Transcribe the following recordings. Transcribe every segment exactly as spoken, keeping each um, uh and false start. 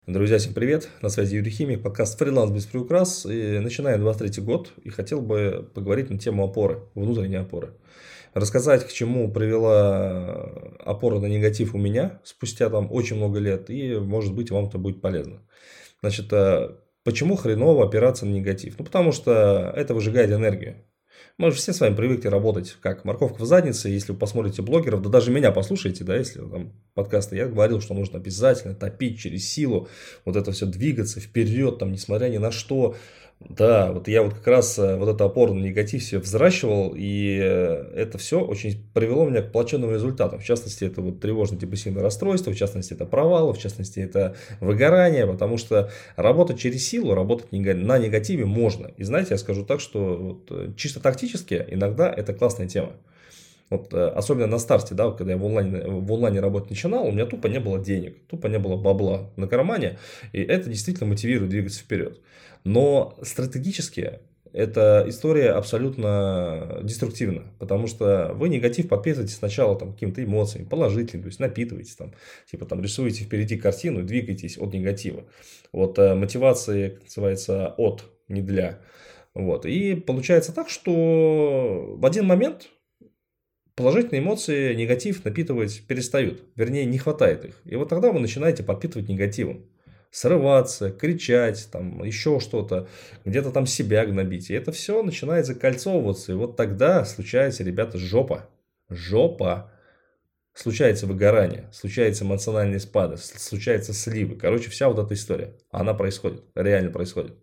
Друзья, всем привет! На связи Юрий Химик, подкаст «Фриланс без приукрас». И начинаем двадцать третий год, и хотел бы поговорить на тему опоры, внутренней опоры. Рассказать, к чему привела опора на негатив у меня спустя там очень много лет, и, может быть, вам это будет полезно. Значит, э, почему хреново опираться на негатив? Ну, потому что это выжигает энергию. Мы же все с вами привыкли работать как морковка в заднице. Если вы посмотрите блогеров, да даже меня послушайте, да, если там подкасты, я говорил, что нужно обязательно топить через силу, вот это все двигаться вперед, там, несмотря ни на что. Да, вот я вот как раз э, вот эту опору на негатив себе взращивал, и э, это все очень привело меня к плачевным результатам. В частности, это вот тревожно-депрессивное расстройство, в частности, это провалы, в частности, это выгорание, потому что работать через силу, работать нега- на негативе можно. И знаете, я скажу так, что вот, э, чисто тактически иногда это классная тема. Вот, э, особенно на старте, да, вот когда я в онлайне, в онлайне работать начинал, у меня тупо не было денег, тупо не было бабла на кармане, и это действительно мотивирует двигаться вперед. Но стратегически эта история абсолютно деструктивна, потому что вы негатив подпитываете сначала там какими-то эмоциями, положительными, то есть напитываете там, типа там рисуете впереди картину и двигаетесь от негатива. Вот э, мотивация, как называется, от, не для. Вот. И получается так, что в один момент положительные эмоции, негатив напитывать перестают. Вернее, не хватает их. И вот тогда вы начинаете подпитывать негативом. Срываться, кричать, там, еще что-то, где-то там себя гнобить. И это все начинает закольцовываться. И вот тогда случается, ребята, жопа. Жопа. Случается выгорание, случаются эмоциональные спады, случаются сливы. Короче, вся вот эта история, она происходит, реально происходит.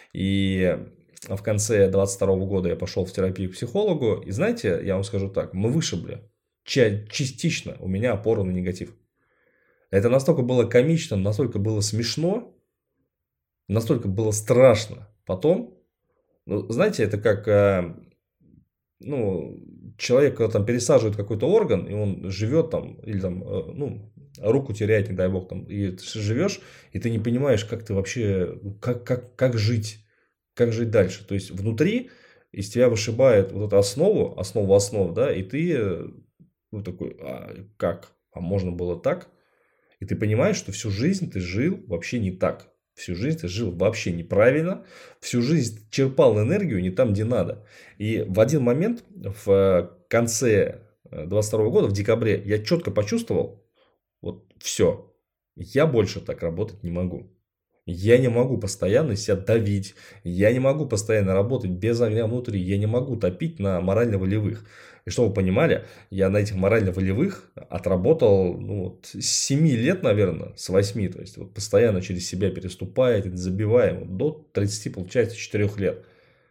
И в конце двадцать второго года я пошел в терапию к психологу. И знаете, я вам скажу так, мы вышибли частично у меня опору на негатив. Это настолько было комично, настолько было смешно, настолько было страшно. Потом, ну, знаете, это как, э, ну, человек, когда там пересаживает какой-то орган, и он живет там, или там, э, ну, руку теряет, не дай бог, там, и ты живешь, и ты не понимаешь, как ты вообще, ну, как, как, как жить, как жить дальше. То есть, внутри из тебя вышибает вот эту основу, основу основ, да, и ты, э, ну, такой, а как? А можно было так? И ты понимаешь, что всю жизнь ты жил вообще не так. Всю жизнь ты жил вообще неправильно. Всю жизнь черпал энергию не там, где надо. И в один момент, в конце двадцать второго года, в декабре, я четко почувствовал, вот все, я больше так работать не могу. Я не могу постоянно себя давить, я не могу постоянно работать без огня внутри, я не могу топить на морально-волевых. И чтобы вы понимали, я на этих морально-волевых отработал ну, вот, с семи лет, наверное, с восьми. То есть, вот, постоянно через себя переступая, забиваем. Вот, до тридцати, получается, четырёх лет.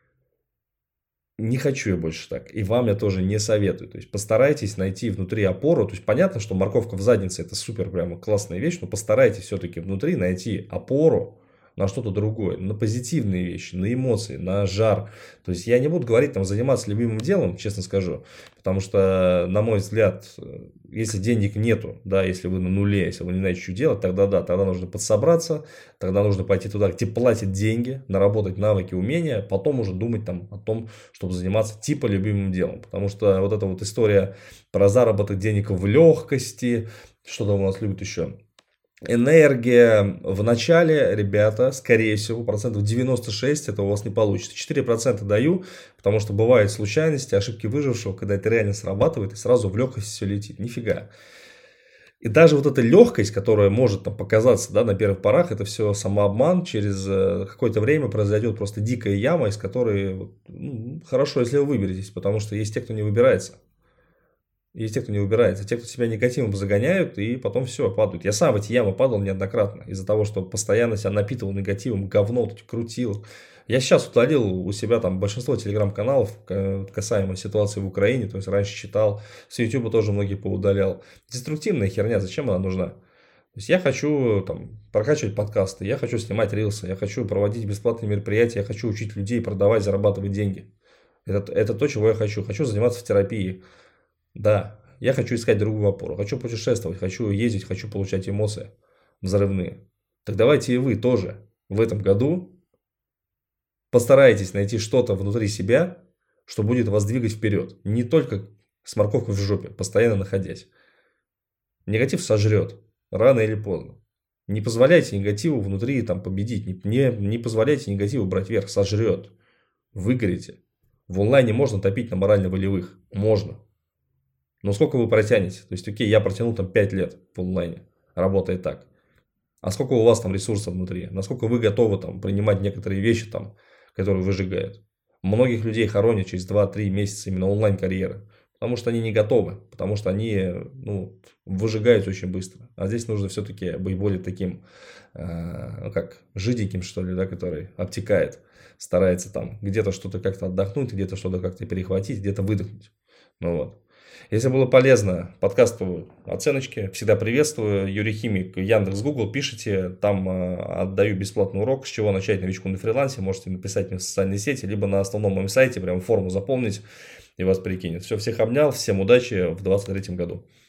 Не хочу я больше так. И вам я тоже не советую. То есть, постарайтесь найти внутри опору. То есть, понятно, что морковка в заднице это супер прямо классная вещь. Но постарайтесь все-таки внутри найти опору на что-то другое. На позитивные вещи, на эмоции, на жар. То есть, я не буду говорить там заниматься любимым делом, честно скажу. Потому что, на мой взгляд, если денег нету, да, если вы на нуле, если вы не знаете, что делать, тогда да, тогда нужно подсобраться, тогда нужно пойти туда, где платят деньги, наработать навыки, умения, потом уже думать там о том, чтобы заниматься типа любимым делом. Потому что вот эта вот история про заработок денег в легкости, что-то у нас любят еще. Энергия в начале, ребята, скорее всего, процентов девяносто шесть это у вас не получится. четыре процента даю, потому что бывают случайности, ошибки выжившего, когда это реально срабатывает и сразу в легкость все летит. Нифига. И даже вот эта легкость, которая может там показаться, да, на первых порах, это все самообман. Через э, какое-то время произойдет просто дикая яма, из которой вот, ну, хорошо, если вы выберетесь, потому что есть те, кто не выбирается. Есть те, кто не выбирается. Те, кто себя негативом загоняют, и потом все, падают. Я сам в эти ямы падал неоднократно. Из-за того, что постоянно себя напитывал негативом, говно вот крутил. Я сейчас удалил у себя там большинство телеграм-каналов касаемо ситуации в Украине. То есть, раньше читал. С Ютуба тоже многие поудалял. Деструктивная херня, зачем она нужна? То есть, я хочу там, прокачивать подкасты, я хочу снимать рилсы, я хочу проводить бесплатные мероприятия, я хочу учить людей продавать, зарабатывать деньги. Это, это то, чего я хочу. Хочу заниматься в терапии. Да, я хочу искать другую опору, хочу путешествовать, хочу ездить, хочу получать эмоции взрывные. Так давайте и вы тоже в этом году постарайтесь найти что-то внутри себя, что будет вас двигать вперед. Не только с морковкой в жопе, постоянно находясь. Негатив сожрет, рано или поздно. Не позволяйте негативу внутри там победить. Не, не, не позволяйте негативу брать верх. Сожрет. Выгорите. В онлайне можно топить на морально-волевых. Можно. Но сколько вы протянете? То есть, окей, я протянул там пять лет в онлайне. Работает так. А сколько у вас там ресурсов внутри? Насколько вы готовы там принимать некоторые вещи, там, которые выжигают? Многих людей хоронят через два-три месяца именно онлайн-карьеры. Потому что они не готовы. Потому что они ну, выжигаются очень быстро. А здесь нужно все-таки быть более таким, э, ну как, жиденьким, что ли, да, который обтекает. Старается там где-то что-то как-то отдохнуть, где-то что-то как-то перехватить, где-то выдохнуть. Ну вот. Если было полезно, подкасту оценочки всегда приветствую. Юрий Химик, Яндекс, Google, пишите, там э, отдаю бесплатный урок, с чего начать новичку на фрилансе. Можете написать мне в социальные сети, либо на основном моем сайте, прям форму заполнить и вас перекинет. Все, всех обнял, всем удачи в двадцать третьем году.